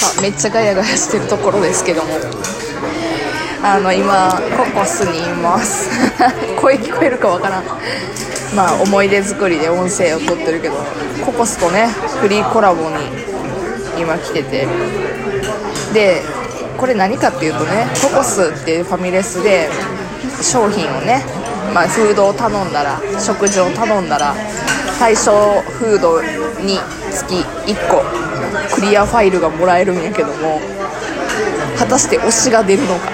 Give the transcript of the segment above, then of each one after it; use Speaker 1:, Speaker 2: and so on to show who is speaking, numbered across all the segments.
Speaker 1: めっちゃガヤガヤしてるところですけども、今ココスにいます声聞こえるかわからん。思い出作りで音声を撮ってるけど、ココスとねフリーコラボに今来てて、でこれ何かっていうとね、ココスっていうファミレスで商品をね、フードを頼んだら、食事を頼んだら対象フードにつき1個クリアファイルがもらえるんやけども、果たして推しが出るのか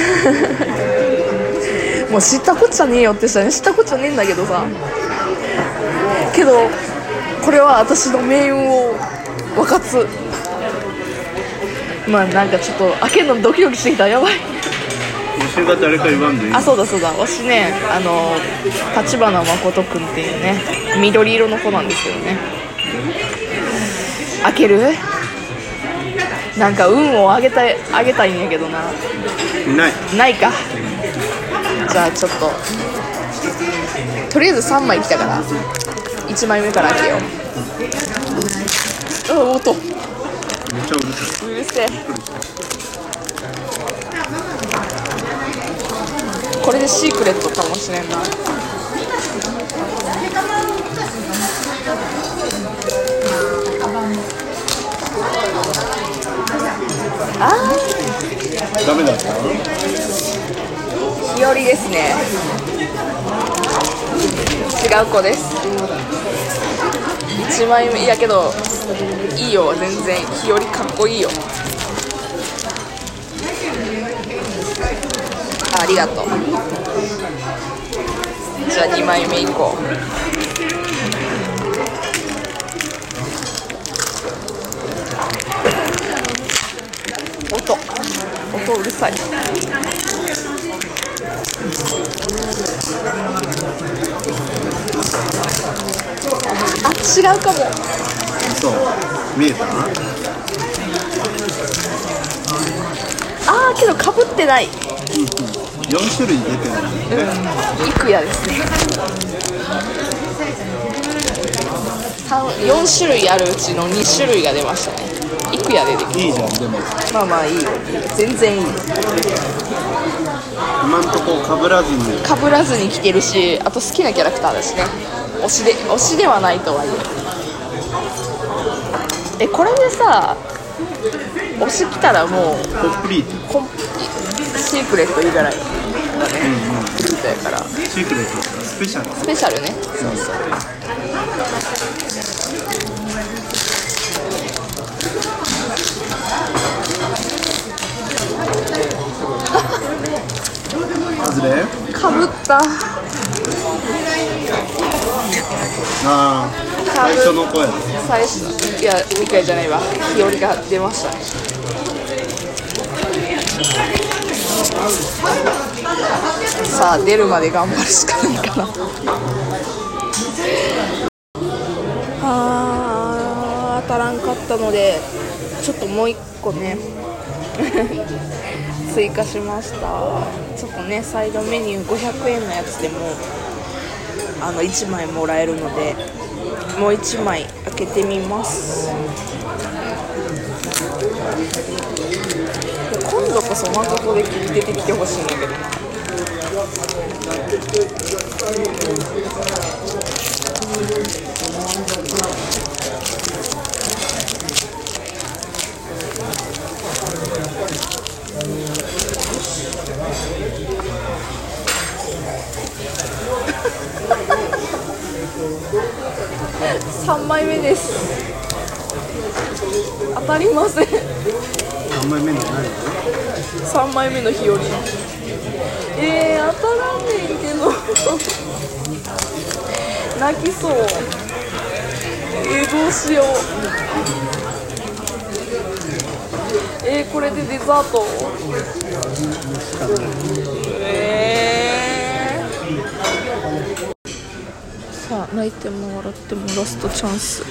Speaker 1: もう知ったこっちゃねえよってしたら、知ったこっちゃねえんだけどさ、けどこれは私の命運を分かつ。なんかちょっと開けるのドキドキしてきた。やばい。
Speaker 2: 推しが誰か言わんでいい？
Speaker 1: そうだ推しね、立花誠くんっていうね、緑色の子なんですけどね。開ける？なんか運を上げたいんやけどな。ないか。じゃあちょっとりあえず3枚来たから1枚目から開けよう。音
Speaker 2: めっちゃうるさい。
Speaker 1: うるせえ。これでシークレットかもしれんな。
Speaker 2: ダメだった？
Speaker 1: 日和ですね。違う子です。1枚目やけどいいよ、全然日和かっこいいよ。ありがとう。じゃあ2枚目いこう。音うるさい。違うかも。
Speaker 2: そう見えた？
Speaker 1: けどかぶってない。
Speaker 2: 4種類出てる。
Speaker 1: 幾夜ですね。4種類あるうちの2種類が出ましたね。幾夜出てきた。
Speaker 2: いいじゃん。でも
Speaker 1: いいよ、全然いい。
Speaker 2: 今んとこかぶらずに
Speaker 1: 来てるし、あと好きなキャラクターだしね。推しではないとはいえ。これでさ、推し来たらもう
Speaker 2: コンプリート。
Speaker 1: シークレットいいじゃないだね。そうやから
Speaker 2: シークレットスペシャル
Speaker 1: ね。そう
Speaker 2: 外れ？
Speaker 1: かぶった。
Speaker 2: 最初の子や。
Speaker 1: いや、理解じゃないわ。日和が出ました。さあ出るまで頑張るしかないかな。当たらんかったので、ちょっともう一個ね追加しました。ちょっとね、サイドメニュー500円のやつでも1枚もらえるので、もう1枚開けてみます。今度こそマカコで出てきてほしいんだけどな。3枚目です。当たりません。
Speaker 2: 3枚目の何
Speaker 1: ？3枚目の日和。当たらんねんけど泣きそう。どうしよう。これでデザート。さあ、泣いても笑ってもラストチャンス。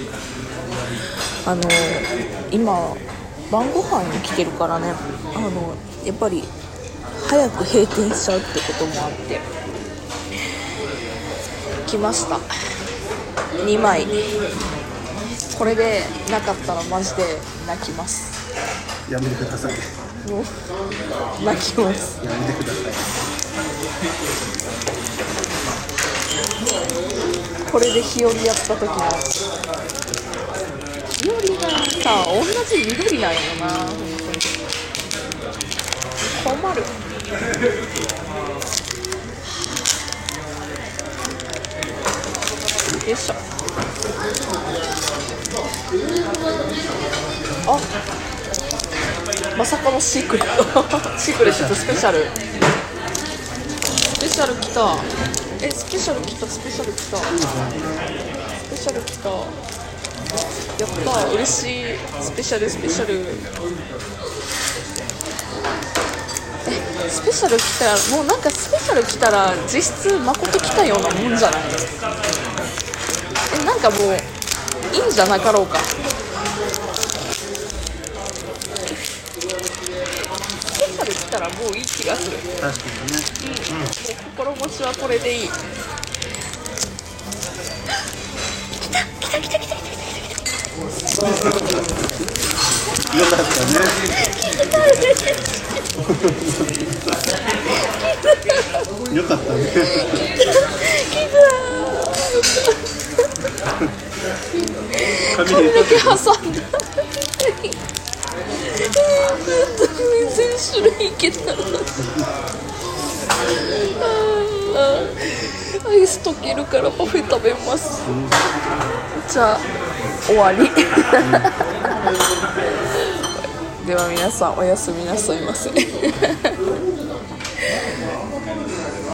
Speaker 1: 今晩ご飯に来てるからね、やっぱり早く閉店しちゃうってこともあって来ました。2枚。これでなかったらマジで泣きます。
Speaker 2: やめてください。
Speaker 1: もう泣きます。
Speaker 2: やめてください。
Speaker 1: これで日和やった時の日和がさ、同じ緑なんよな。困る。よいしょ。あ、まさかのシークレットシークレットスペシャル来た。スペシャル来た。スペシャル来た。やったー、嬉しい。スペシャルスペシャル来たら、もうなんかスペシャル来たら実質誠来たようなもんじゃない？なんかもういいんじゃなかろうか。スペシャル来たらもういい気がする。
Speaker 2: 確かにね。
Speaker 1: 心持ちはこれでいい。
Speaker 2: よかったね。よかったね。髪だけ挟んだ。
Speaker 1: 全然種類いけた。アイス溶けるからパフェ食べます。じゃあ終わり。では皆さんおやすみなさいませ。